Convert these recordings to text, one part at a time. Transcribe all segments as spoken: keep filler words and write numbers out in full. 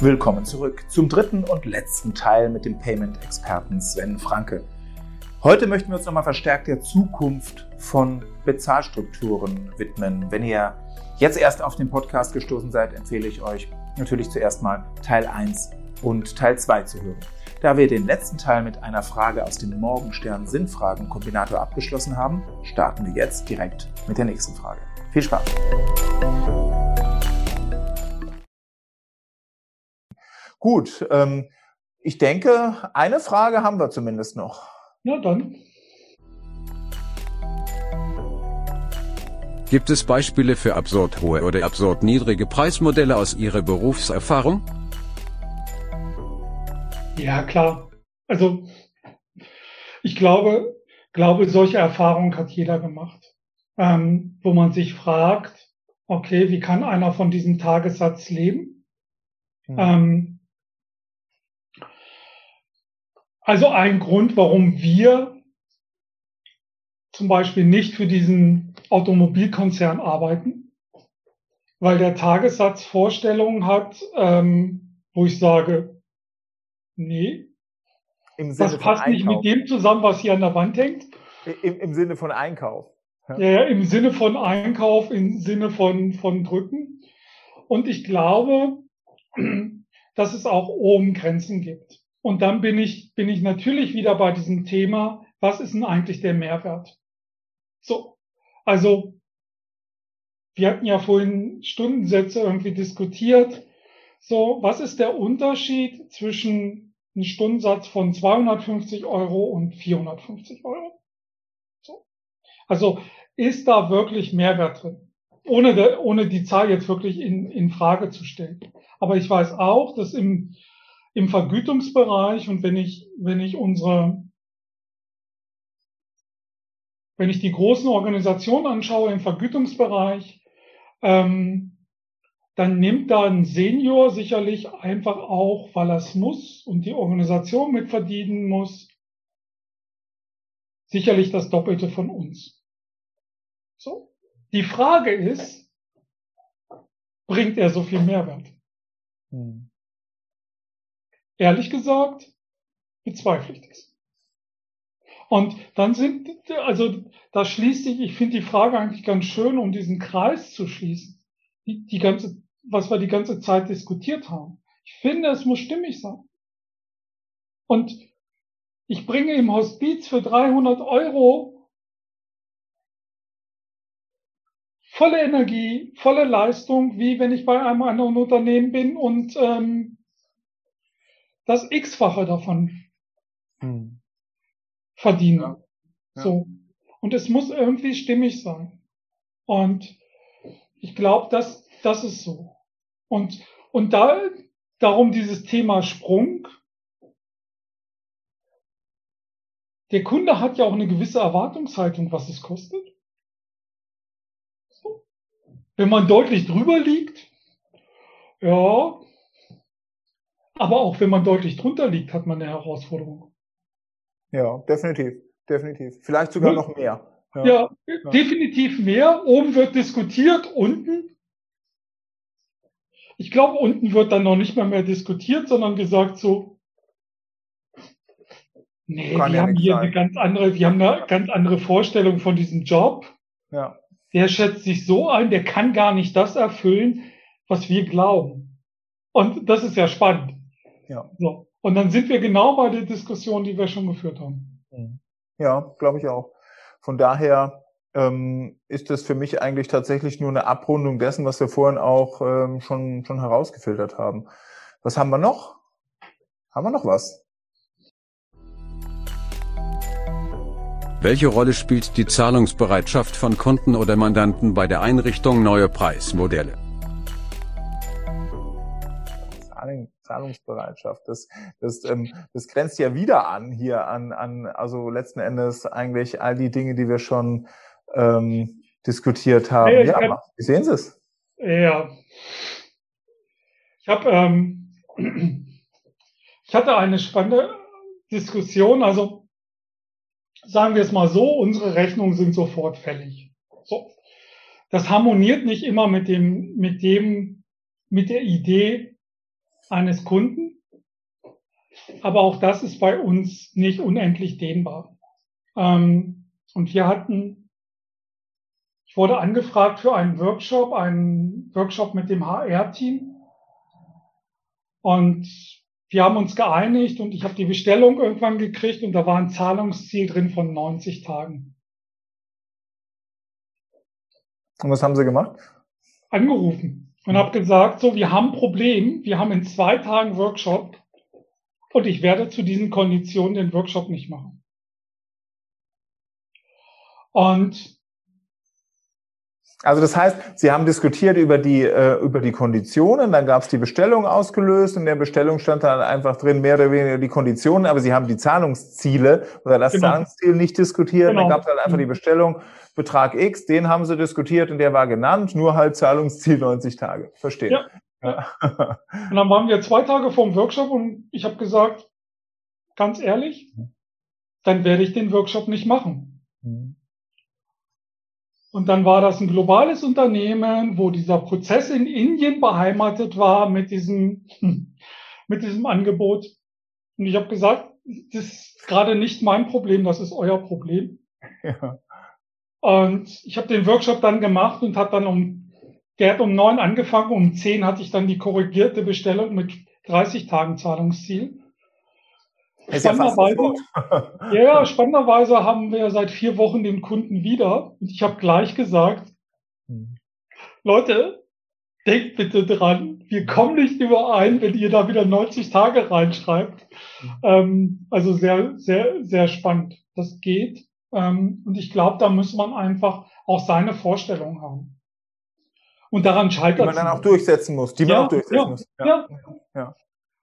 Willkommen zurück zum dritten und letzten Teil mit dem Payment-Experten Sven Franke. Heute möchten wir uns nochmal verstärkt der Zukunft von Bezahlstrukturen widmen. Wenn ihr jetzt erst auf den Podcast gestoßen seid, empfehle ich euch natürlich zuerst mal Teil eins und Teil zwei zu hören. Da wir den letzten Teil mit einer Frage aus dem Morgenstern-Sinnfragen-Kombinator abgeschlossen haben, starten wir jetzt direkt mit der nächsten Frage. Viel Spaß! Gut, ähm, ich denke, eine Frage haben wir zumindest noch. Ja, dann. Gibt es Beispiele für absurd hohe oder absurd niedrige Preismodelle aus Ihrer Berufserfahrung? Ja, klar. Also ich glaube, glaube, solche Erfahrungen hat jeder gemacht, ähm, wo man sich fragt, okay, wie kann einer von diesem Tagessatz leben? Hm. Ähm, also ein Grund, warum wir zum Beispiel nicht für diesen Automobilkonzern arbeiten, weil der Tagessatz Vorstellungen hat, ähm, wo ich sage, nee, Im Sinne das passt von nicht mit dem zusammen, was hier an der Wand hängt. Im, im Sinne von Einkauf. Ja, ja, im Sinne von Einkauf, im Sinne von, von Drücken. Und ich glaube, dass es auch oben Grenzen gibt. Und dann bin ich, bin ich natürlich wieder bei diesem Thema, was ist denn eigentlich der Mehrwert? So, also, wir hatten ja vorhin Stundensätze irgendwie diskutiert. So, was ist der Unterschied zwischen einem Stundensatz von zweihundertfünfzig Euro und vierhundertfünfzig Euro? So. Also, ist da wirklich Mehrwert drin? Ohne, de, ohne die Zahl jetzt wirklich in, in Frage zu stellen. Aber ich weiß auch, dass im, im Vergütungsbereich und wenn ich, wenn ich unsere, wenn ich die großen Organisationen anschaue im Vergütungsbereich, ähm, dann nimmt da ein Senior sicherlich einfach auch, weil er es muss und die Organisation mitverdienen muss, sicherlich das Doppelte von uns. So. Die Frage ist, bringt er so viel Mehrwert? Hm. Ehrlich gesagt, bezweifle ich das. Und dann sind, also da schließt sich, ich finde die Frage eigentlich ganz schön, um diesen Kreis zu schließen, die, die ganze, was wir die ganze Zeit diskutiert haben. Ich finde, es muss stimmig sein. Und ich bringe im Hospiz für dreihundert Euro volle Energie, volle Leistung, wie wenn ich bei einem anderen Unternehmen bin und ähm, das X-fache davon hm. verdiene. Ja. Ja. So. Und es muss irgendwie stimmig sein. Und ich glaube, das, das ist so. Und, und da, darum dieses Thema Sprung. Der Kunde hat ja auch eine gewisse Erwartungshaltung, was es kostet. So. Wenn man deutlich drüber liegt, ja, aber auch wenn man deutlich drunter liegt, hat man eine Herausforderung. Ja, definitiv, definitiv. Vielleicht sogar ja. noch mehr. Ja, ja, ja, definitiv mehr. Oben wird diskutiert, unten. Ich glaube, unten wird dann noch nicht mal mehr diskutiert, sondern gesagt so, nee, Kann wir ja haben hier sein. eine ganz andere, wir haben eine ganz andere Vorstellung von diesem Job. Ja. Der schätzt sich so ein, der kann gar nicht das erfüllen, was wir glauben. Und das ist ja spannend. Ja. So. Und dann sind wir genau bei der Diskussion, die wir schon geführt haben. Ja, glaube ich auch. Von daher ähm, ist das für mich eigentlich tatsächlich nur eine Abrundung dessen, was wir vorhin auch ähm, schon, schon herausgefiltert haben. Was haben wir noch? Haben wir noch was? Welche Rolle spielt die Zahlungsbereitschaft von Kunden oder Mandanten bei der Einrichtung neuer Preismodelle? Zahlungsbereitschaft. Das, das, ähm, das grenzt ja wieder an hier an, an, also letzten Endes eigentlich all die Dinge, die wir schon ähm, diskutiert haben. Ja, ja kann, wie sehen Sie es? Ja. Ich habe, ähm, ich hatte eine spannende Diskussion. Also sagen wir es mal so: Unsere Rechnungen sind sofort fällig. So. Das harmoniert nicht immer mit dem, mit dem, mit der Idee, eines Kunden. Aber auch das ist bei uns nicht unendlich dehnbar. Ähm, und wir hatten, ich wurde angefragt für einen Workshop, einen Workshop mit dem H R-Team. Und wir haben uns geeinigt und ich habe die Bestellung irgendwann gekriegt und da war ein Zahlungsziel drin von neunzig Tagen. Und was haben Sie gemacht? Angerufen und habe gesagt, so, wir haben ein Problem, wir haben in zwei Tagen Workshop und ich werde zu diesen Konditionen den Workshop nicht machen. Und Also das heißt, Sie haben diskutiert über die äh, über die Konditionen, dann gab es die Bestellung ausgelöst, in der Bestellung stand dann einfach drin mehr oder weniger die Konditionen, aber Sie haben die Zahlungsziele oder das Genau. Zahlungsziel nicht diskutiert, Genau. dann gab es halt einfach die Bestellung, Betrag X, den haben Sie diskutiert und der war genannt, nur halt Zahlungsziel neunzig Tage. Verstehe. Ja. Ja. Und dann waren wir zwei Tage vorm Workshop und ich habe gesagt, ganz ehrlich, dann werde ich den Workshop nicht machen. Mhm. Und dann war das ein globales Unternehmen, wo dieser Prozess in Indien beheimatet war mit diesem, mit diesem Angebot. Und ich habe gesagt, das ist gerade nicht mein Problem, das ist euer Problem. Ja. Und ich habe den Workshop dann gemacht und hat dann um, der hat um neun angefangen, um zehn hatte ich dann die korrigierte Bestellung mit dreißig Tagen Zahlungsziel. Ist ja fast Spannenderweise, ja, ja, spannenderweise haben wir seit vier Wochen den Kunden wieder. Und ich habe gleich gesagt, hm. Leute, denkt bitte dran, wir kommen nicht überein, wenn ihr da wieder neunzig Tage reinschreibt. Hm. Ähm, also sehr, sehr, sehr spannend. Das geht. Ähm, und ich glaube, da muss man einfach auch seine Vorstellung haben. Und daran scheitert es. Die man dann auch durchsetzen muss. Die man ja, auch durchsetzen ja, muss. Ja. ja. ja.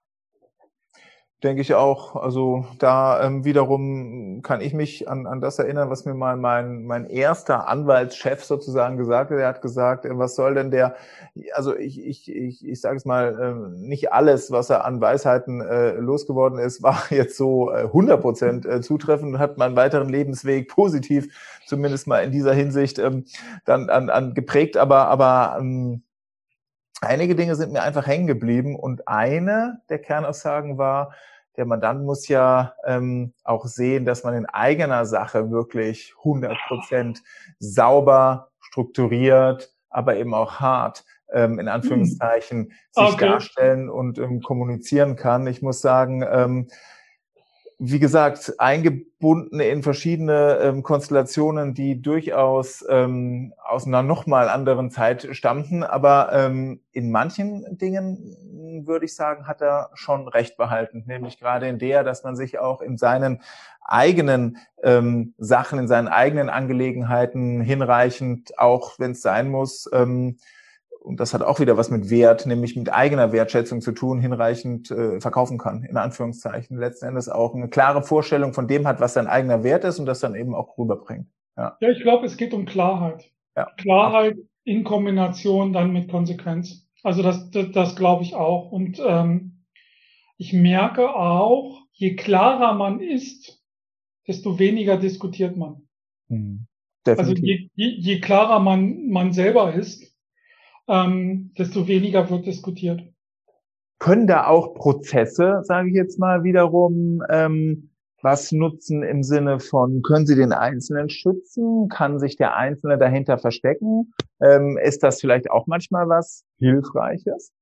Denke ich auch. Also da ähm, wiederum kann ich mich an, an das erinnern, was mir mal mein mein erster Anwaltschef sozusagen gesagt hat. Er hat gesagt, äh, was soll denn der, also ich ich ich, ich sage es mal, äh, nicht alles, was er an Weisheiten äh, losgeworden ist, war jetzt so äh, hundert Prozent äh, zutreffend und hat meinen weiteren Lebensweg positiv, zumindest mal in dieser Hinsicht, ähm, dann an, an geprägt. Aber aber ähm, einige Dinge sind mir einfach hängen geblieben und eine der Kernaussagen war, der Mandant muss ja ähm, auch sehen, dass man in eigener Sache wirklich hundert Prozent sauber, strukturiert, aber eben auch hart, ähm, in Anführungszeichen, sich Okay. darstellen und ähm, kommunizieren kann. Ich muss sagen, ähm, wie gesagt, eingebunden in verschiedene ähm, Konstellationen, die durchaus ähm, aus einer nochmal anderen Zeit stammten. Aber ähm, in manchen Dingen, würde ich sagen, hat er schon recht behalten. Nämlich gerade in der, dass man sich auch in seinen eigenen ähm, Sachen, in seinen eigenen Angelegenheiten hinreichend, auch wenn es sein muss, ähm, und das hat auch wieder was mit Wert, nämlich mit eigener Wertschätzung zu tun, hinreichend äh, verkaufen kann, in Anführungszeichen. Letzten Endes auch eine klare Vorstellung von dem hat, was sein eigener Wert ist und das dann eben auch rüberbringt. Ja, ja ich glaube, es geht um Klarheit. Ja. Klarheit in Kombination dann mit Konsequenz. Also das, das, das glaube ich auch. Und ähm, ich merke auch, je klarer man ist, desto weniger diskutiert man. Mhm. Also je, je, je klarer man, man selber ist, Ähm, desto weniger wird diskutiert. Können da auch Prozesse, sage ich jetzt mal wiederum, ähm, was nutzen im Sinne von, können sie den Einzelnen schützen? Kann sich der Einzelne dahinter verstecken? Ähm, ist das vielleicht auch manchmal was Hilfreiches?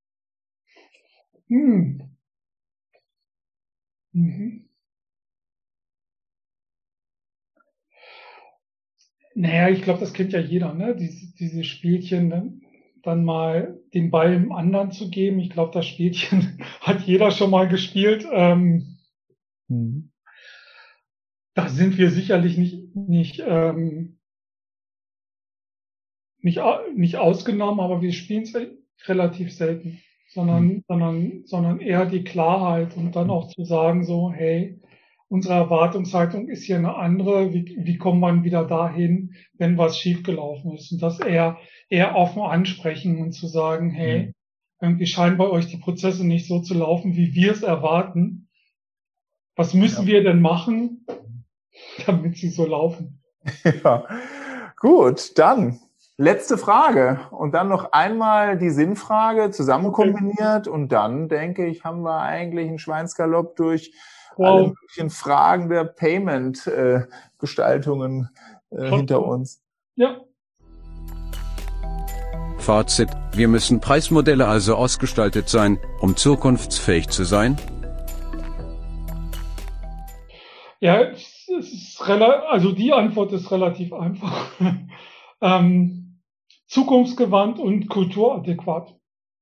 Hm. Mhm. Naja, ich glaube, das kennt ja jeder, ne? Diese, diese Spielchen, ne? Dann mal den Ball dem anderen zu geben. Ich glaube, das Spielchen hat jeder schon mal gespielt. Ähm, mhm. Da sind wir sicherlich nicht nicht ähm, nicht nicht ausgenommen, aber wir spielen es relativ selten, sondern mhm. sondern sondern eher die Klarheit und dann auch zu sagen so, hey, unsere Erwartungshaltung ist hier eine andere. Wie, wie kommt man wieder dahin, wenn was schiefgelaufen ist? Und das eher, eher offen ansprechen und zu sagen, hey, mhm. irgendwie scheinen bei euch die Prozesse nicht so zu laufen, wie wir es erwarten. Was müssen ja. wir denn machen, damit sie so laufen? Ja, gut, dann Letzte Frage und dann noch einmal die Sinnfrage zusammen kombiniert und dann, denke ich, haben wir eigentlich einen Schweinsgalopp durch wow. alle möglichen Fragen der Payment-Gestaltungen äh, äh, hinter uns. Ja. Fazit: Wir müssen Preismodelle also ausgestaltet sein, um zukunftsfähig zu sein? Ja, es ist also die Antwort ist relativ einfach. ähm, zukunftsgewandt und kulturadäquat.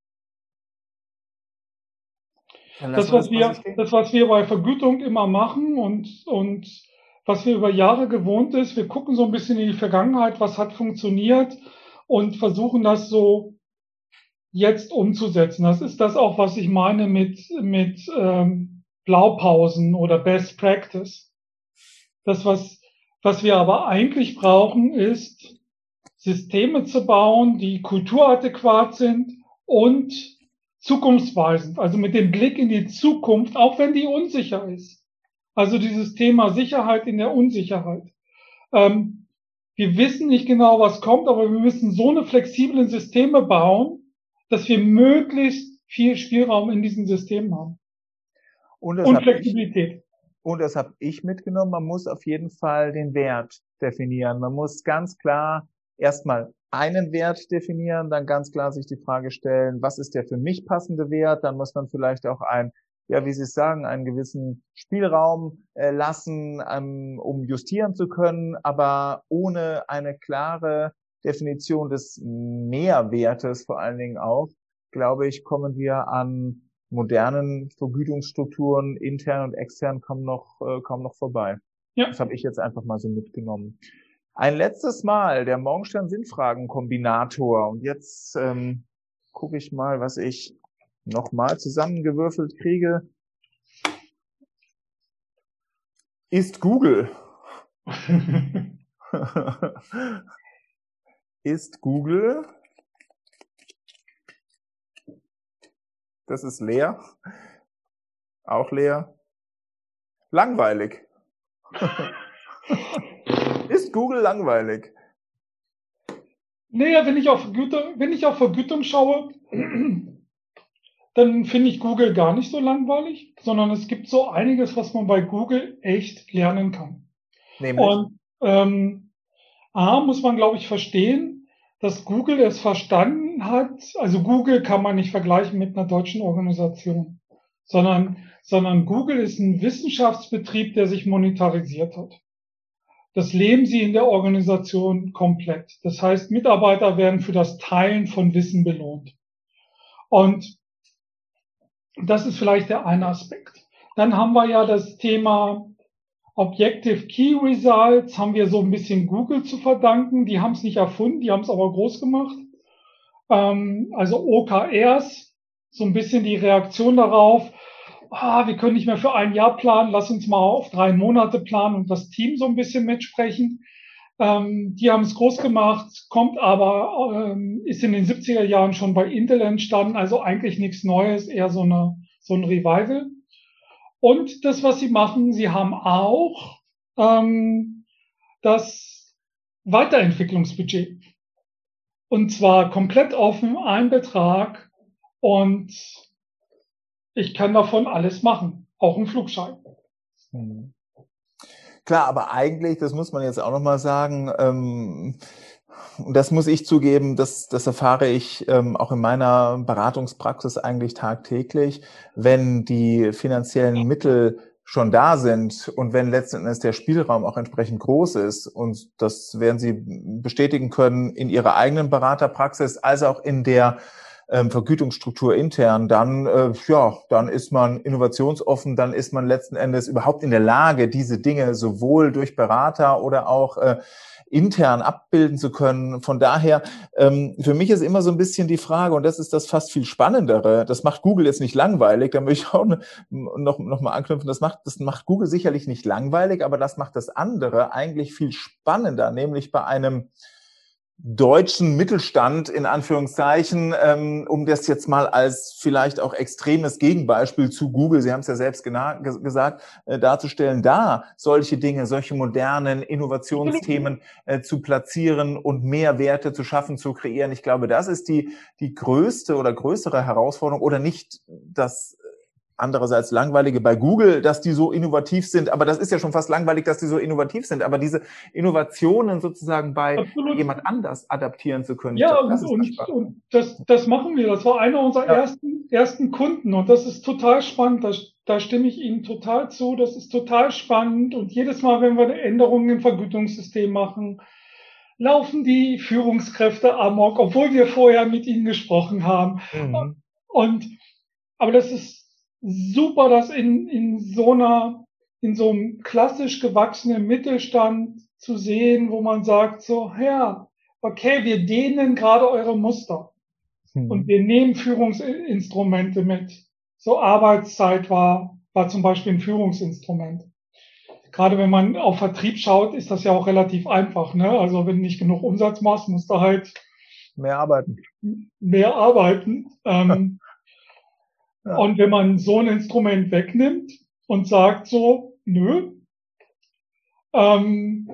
Das was, wir, das, was wir bei Vergütung immer machen und, und was wir über Jahre gewohnt ist, wir gucken so ein bisschen in die Vergangenheit, was hat funktioniert und versuchen das so jetzt umzusetzen. Das ist das auch, was ich meine mit, mit ähm, Blaupausen oder Best Practice. Das, was, was wir aber eigentlich brauchen, ist Systeme zu bauen, die kulturadäquat sind und zukunftsweisend, also mit dem Blick in die Zukunft, auch wenn die unsicher ist. Also dieses Thema Sicherheit in der Unsicherheit. Ähm, wir wissen nicht genau, was kommt, aber wir müssen so eine flexible Systeme bauen, dass wir möglichst viel Spielraum in diesen Systemen haben. Und, das und Flexibilität. Ich, und das habe ich mitgenommen. Man muss auf jeden Fall den Wert definieren. Man muss ganz klar erstmal einen Wert definieren, dann ganz klar sich die Frage stellen, was ist der für mich passende Wert? Dann muss man vielleicht auch ein, ja, wie Sie es sagen, einen gewissen Spielraum äh, lassen, ähm, um justieren zu können, aber ohne eine klare Definition des Mehrwertes vor allen Dingen auch, glaube ich, kommen wir an modernen Vergütungsstrukturen, intern und extern, kaum noch, äh, kaum noch vorbei. Ja. Das habe ich jetzt einfach mal so mitgenommen. Ein letztes Mal der Morgenstern-Sinnfragen-Kombinator. Und jetzt ähm, gucke ich mal, was ich nochmal zusammengewürfelt kriege. Ist Google. Ist Google. Das ist leer. Auch leer. Langweilig. Ist Google langweilig? Naja, wenn ich auf Vergütung, wenn ich auf Vergütung schaue, dann finde ich Google gar nicht so langweilig, sondern es gibt so einiges, was man bei Google echt lernen kann. Nämlich? Und ähm, A, muss man, glaube ich, verstehen, dass Google es verstanden hat. Also Google kann man nicht vergleichen mit einer deutschen Organisation, sondern, sondern Google ist ein Wissenschaftsbetrieb, der sich monetarisiert hat. Das leben sie in der Organisation komplett. Das heißt, Mitarbeiter werden für das Teilen von Wissen belohnt. Und das ist vielleicht der eine Aspekt. Dann haben wir ja das Thema Objective Key Results, haben wir so ein bisschen Google zu verdanken. Die haben es nicht erfunden, die haben es aber groß gemacht. Ähm, also O K Rs, so ein bisschen die Reaktion darauf, ah, wir können nicht mehr für ein Jahr planen, lass uns mal auf drei Monate planen und das Team so ein bisschen mitsprechen. Ähm, die haben es groß gemacht, kommt aber, ähm, ist in den siebziger Jahren schon bei Intel entstanden, also eigentlich nichts Neues, eher so eine, so ein Revival. Und das, was sie machen, sie haben auch ähm, das Weiterentwicklungsbudget. Und zwar komplett offen, ein Betrag und ich kann davon alles machen, auch einen Flugschein. Hm. Klar, aber eigentlich, das muss man jetzt auch nochmal sagen, ähm, und das muss ich zugeben, das, das erfahre ich ähm, auch in meiner Beratungspraxis eigentlich tagtäglich, wenn die finanziellen Mittel schon da sind und wenn letzten Endes der Spielraum auch entsprechend groß ist, und das werden Sie bestätigen können in Ihrer eigenen Beraterpraxis, als auch in der ähm, Vergütungsstruktur intern, dann äh, ja, dann ist man innovationsoffen, dann ist man letzten Endes überhaupt in der Lage, diese Dinge sowohl durch Berater oder auch äh, intern abbilden zu können. Von daher, ähm, für mich ist immer so ein bisschen die Frage, und das ist das fast viel Spannendere, das macht Google jetzt nicht langweilig, da möchte ich auch ne, noch, noch mal anknüpfen, das macht, das macht Google sicherlich nicht langweilig, aber das macht das andere eigentlich viel spannender, nämlich bei einem deutschen Mittelstand in Anführungszeichen, ähm, um das jetzt mal als vielleicht auch extremes Gegenbeispiel zu Google, Sie haben es ja selbst gena- gesagt, äh, darzustellen, da solche Dinge, solche modernen Innovationsthemen äh, zu platzieren und Mehrwerte zu schaffen, zu kreieren. Ich glaube, das ist die, die größte oder größere Herausforderung oder nicht das andererseits Langweilige bei Google, dass die so innovativ sind, aber das ist ja schon fast langweilig, dass die so innovativ sind, aber diese Innovationen sozusagen bei Absolut. jemand anders adaptieren zu können. Ja, glaub, das und, und, und das, das machen wir. Das war einer unserer ja. ersten, ersten Kunden und das ist total spannend. Da, da stimme ich Ihnen total zu. Das ist total spannend und jedes Mal, wenn wir eine Änderung im Vergütungssystem machen, laufen die Führungskräfte amok, obwohl wir vorher mit ihnen gesprochen haben. Mhm. Und, aber das ist super, das in, in so einer, in so einem klassisch gewachsenen Mittelstand zu sehen, wo man sagt so, ja, okay, wir dehnen gerade eure Muster hm. und wir nehmen Führungsinstrumente mit. So Arbeitszeit war, war zum Beispiel ein Führungsinstrument. Gerade wenn man auf Vertrieb schaut, ist das ja auch relativ einfach, ne? Also wenn du nicht genug Umsatz machst, musst du halt mehr arbeiten. Mehr arbeiten. Ähm, Ja. Und wenn man so ein Instrument wegnimmt und sagt so, nö, ähm,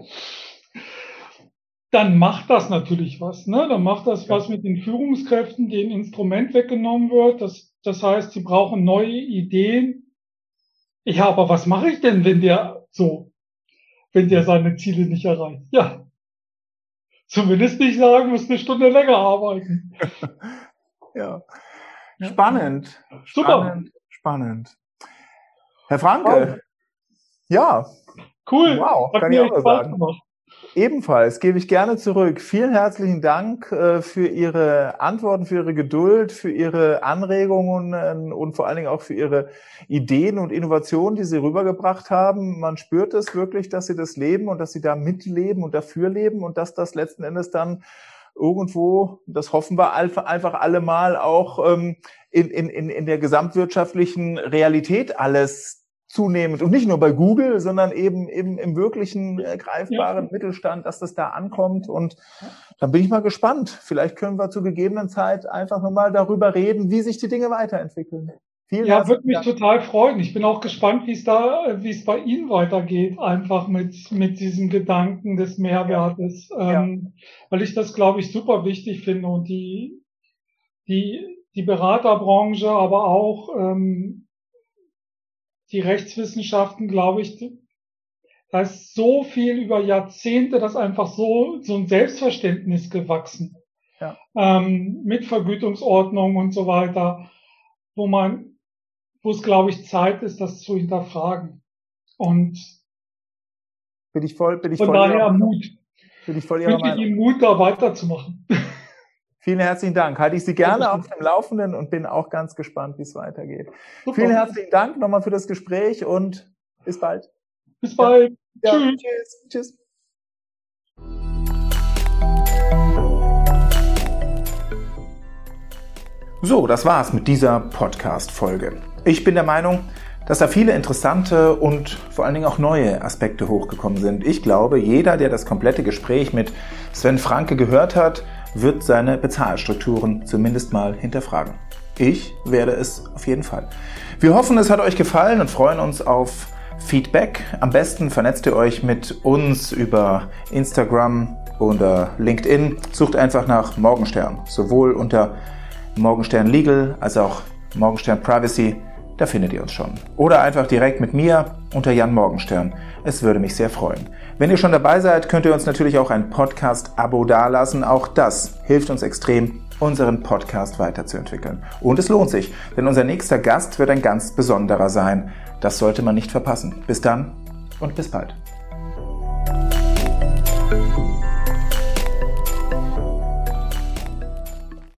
dann macht das natürlich was, ne? Dann macht das ja. was mit den Führungskräften, denen Instrument weggenommen wird. Das, das heißt, sie brauchen neue Ideen. Ja, aber was mache ich denn, wenn der so, wenn der seine Ziele nicht erreicht? Ja, zumindest nicht sagen, muss eine Stunde länger arbeiten. Ja. Spannend. Super. Spannend, spannend. Herr Franke. Wow. Ja. Cool. Wow, Hat kann mir ich auch Spaß sagen. Gemacht. Ebenfalls gebe ich gerne zurück. Vielen herzlichen Dank äh, für Ihre Antworten, für Ihre Geduld, für Ihre Anregungen äh, und vor allen Dingen auch für Ihre Ideen und Innovationen, die Sie rübergebracht haben. Man spürt es wirklich, dass Sie das leben und dass Sie da mitleben und dafür leben und dass das letzten Endes dann irgendwo, das hoffen wir einfach alle mal, auch ähm, in, in, in der gesamtwirtschaftlichen Realität alles zunehmend und nicht nur bei Google, sondern eben, eben im wirklichen äh, greifbaren ja. Mittelstand, dass das da ankommt. Und dann bin ich mal gespannt. Vielleicht können wir zu gegebenen Zeit einfach nochmal darüber reden, wie sich die Dinge weiterentwickeln. Vielen ja, würde mich Dank. total freuen. Ich bin auch gespannt, wie es da, wie es bei Ihnen weitergeht, einfach mit, mit diesem Gedanken des Mehrwertes, ja. ähm, ja. weil ich das, glaube ich, super wichtig finde und die, die, die Beraterbranche, aber auch, ähm, die Rechtswissenschaften, glaube ich, da ist so viel über Jahrzehnte, das einfach so, so ein Selbstverständnis gewachsen, ja. ähm, mit Vergütungsordnung und so weiter, wo man, wo es, glaube ich, Zeit ist, das zu hinterfragen. Und bin ich voll, bin ich von voll daher Mut. Bin ich voll Ihrer Meinung. Ihnen Mut, da weiterzumachen. Vielen herzlichen Dank. Halte ich Sie gerne auf dem Laufenden und bin auch ganz gespannt, wie es weitergeht. Super. Vielen herzlichen Dank nochmal für das Gespräch und bis bald. Bis bald. Ja. Tschüss. Ja, tschüss. Tschüss. So, das war's mit dieser Podcast-Folge. Ich bin der Meinung, dass da viele interessante und vor allen Dingen auch neue Aspekte hochgekommen sind. Ich glaube, jeder, der das komplette Gespräch mit Sven Franke gehört hat, wird seine Bezahlstrukturen zumindest mal hinterfragen. Ich werde es auf jeden Fall. Wir hoffen, es hat euch gefallen und freuen uns auf Feedback. Am besten vernetzt ihr euch mit uns über Instagram oder LinkedIn. Sucht einfach nach Morgenstern, sowohl unter Morgenstern Legal als auch Morgenstern Privacy. Da findet ihr uns schon. Oder einfach direkt mit mir unter Jan Morgenstern. Es würde mich sehr freuen. Wenn ihr schon dabei seid, könnt ihr uns natürlich auch ein Podcast-Abo dalassen. Auch das hilft uns extrem, unseren Podcast weiterzuentwickeln. Und es lohnt sich, denn unser nächster Gast wird ein ganz besonderer sein. Das sollte man nicht verpassen. Bis dann und bis bald.